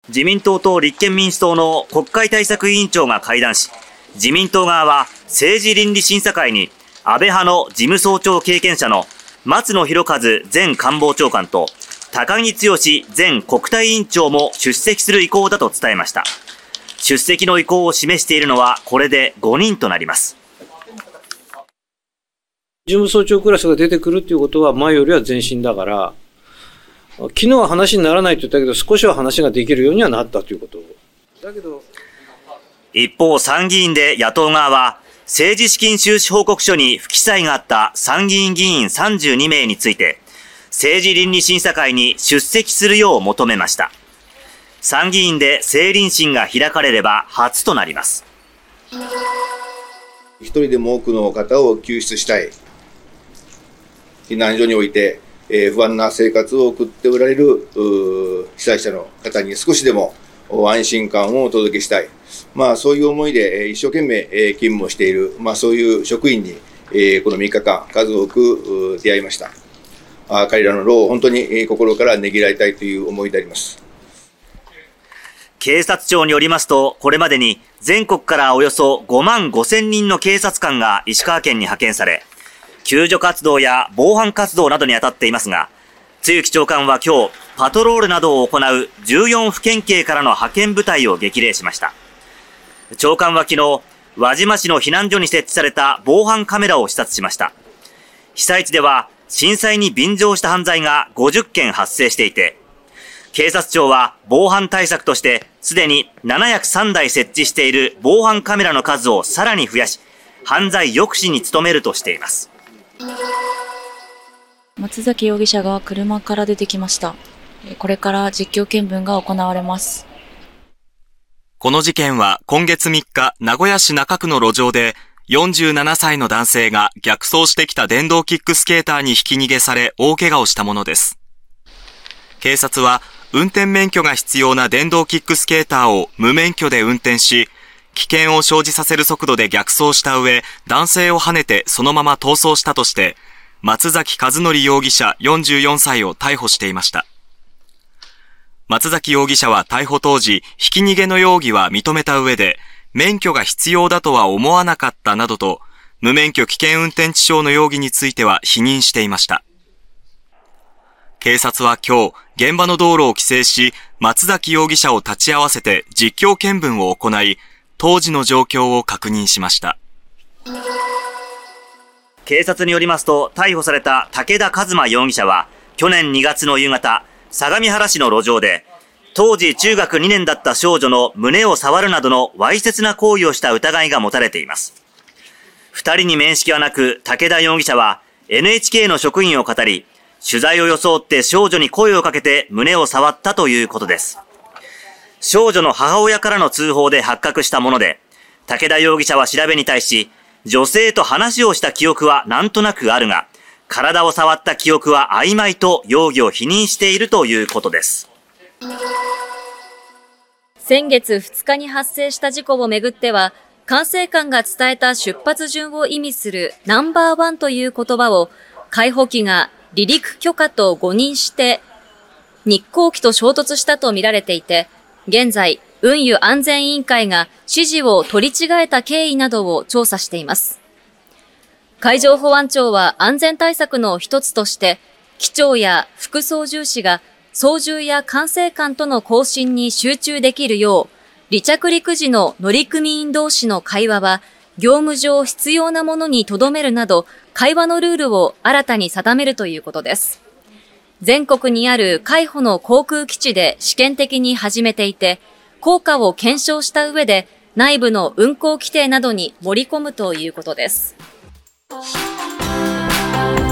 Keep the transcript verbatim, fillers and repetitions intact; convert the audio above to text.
自民党と立憲民主党の国会対策委員長が会談し、自民党側は政治倫理審査会に安倍派の事務総長経験者の松野博一前官房長官と高木剛前国対委員長も出席する意向だと伝えました。出席の意向を示しているのはこれでごにんとなります。 事務総長クラスが出てくるということは前よりは前進だから、昨日は話にならないと言ったけど少しは話ができるようにはなったということだけど、 一方参議院で野党側は政治資金収支報告書に不記載があった参議院議員さんじゅうにめいについて政治倫理審査会に出席するよう求めました。参議院で政倫審が開かれれば初となります。 一人でも多くの方を救出したい。避難所において、えー、不安な生活を送っておられる被災者の方に少しでも安心感をお届けしたい。まあそういう思いで一生懸命勤務をしている、まあそういう職員にこのみっかかん数多く出会いました。彼らの労を本当に心からねぎらいたいという思いであります。 警察庁によりますと、これまでに全国からおよそごまんごせんにんの警察官が石川県に派遣され、救助活動や防犯活動などに当たっていますが、露木長官は今日、パトロールなどを行うじゅうよんふけんけいからの派遣部隊を激励しました。長官は昨日、輪島市の避難所に設置された防犯カメラを視察しました。被災地では震災に便乗した犯罪がごじゅっけん発生していて、警察庁は防犯対策としてすでにななひゃくさんだい設置している防犯カメラの数をさらに増やし、犯罪抑止に努めるとしています。 松崎容疑者が車から出てきました。これから実況見分が行われます。 この事件は今月みっか、名古屋市中区の路上でよんじゅうななさいの男性が逆走してきた電動キックスケーターにひき逃げされ大怪我をしたものです。警察は運転免許が必要な電動キックスケーターを無免許で運転し、危険を生じさせる速度で逆走した上、男性をはねてそのまま逃走したとして、松崎一則容疑者よんじゅうよんさいを逮捕していました。松崎容疑者は逮捕当時、ひき逃げの容疑は認めた上で、免許が必要だとは思わなかったなどと、無免許危険運転致傷の容疑については否認していました。警察は今日、現場の道路を規制し、松崎容疑者を立ち会わせて実況見分を行い、当時の状況を確認しました。 警察によりますと、逮捕された武田和馬容疑者は、去年にがつの夕方、相模原市の路上で、当時中学にねんだった少女の胸を触るなどのわいせつな行為をした疑いが持たれています。二人に面識はなく、武田容疑者は エヌエイチケー の職員を語り、取材を装って少女に声をかけて胸を触ったということです。少女の母親からの通報で発覚したもので、武田容疑者は調べに対し、女性と話をした記憶はなんとなくあるが、体を触った記憶は曖昧と容疑を否認しているということです。 先月ふつかに発生した事故をめぐっては、管制官が伝えた出発順を意味するナンバーワンという言葉を、海保機が離陸許可と誤認して、日航機と衝突したとみられていて、現在、運輸安全委員会が指示を取り違えた経緯などを調査しています。海上保安庁は安全対策の一つとして、機長や副操縦士が操縦や管制官との交信に集中できるよう、離着陸時の乗組員同士の会話は業務上必要なものに留めるなど、会話のルールを新たに定めるということです。全国にある海保の航空基地で試験的に始めていて、効果を検証した上で内部の運航規定などに盛り込むということです。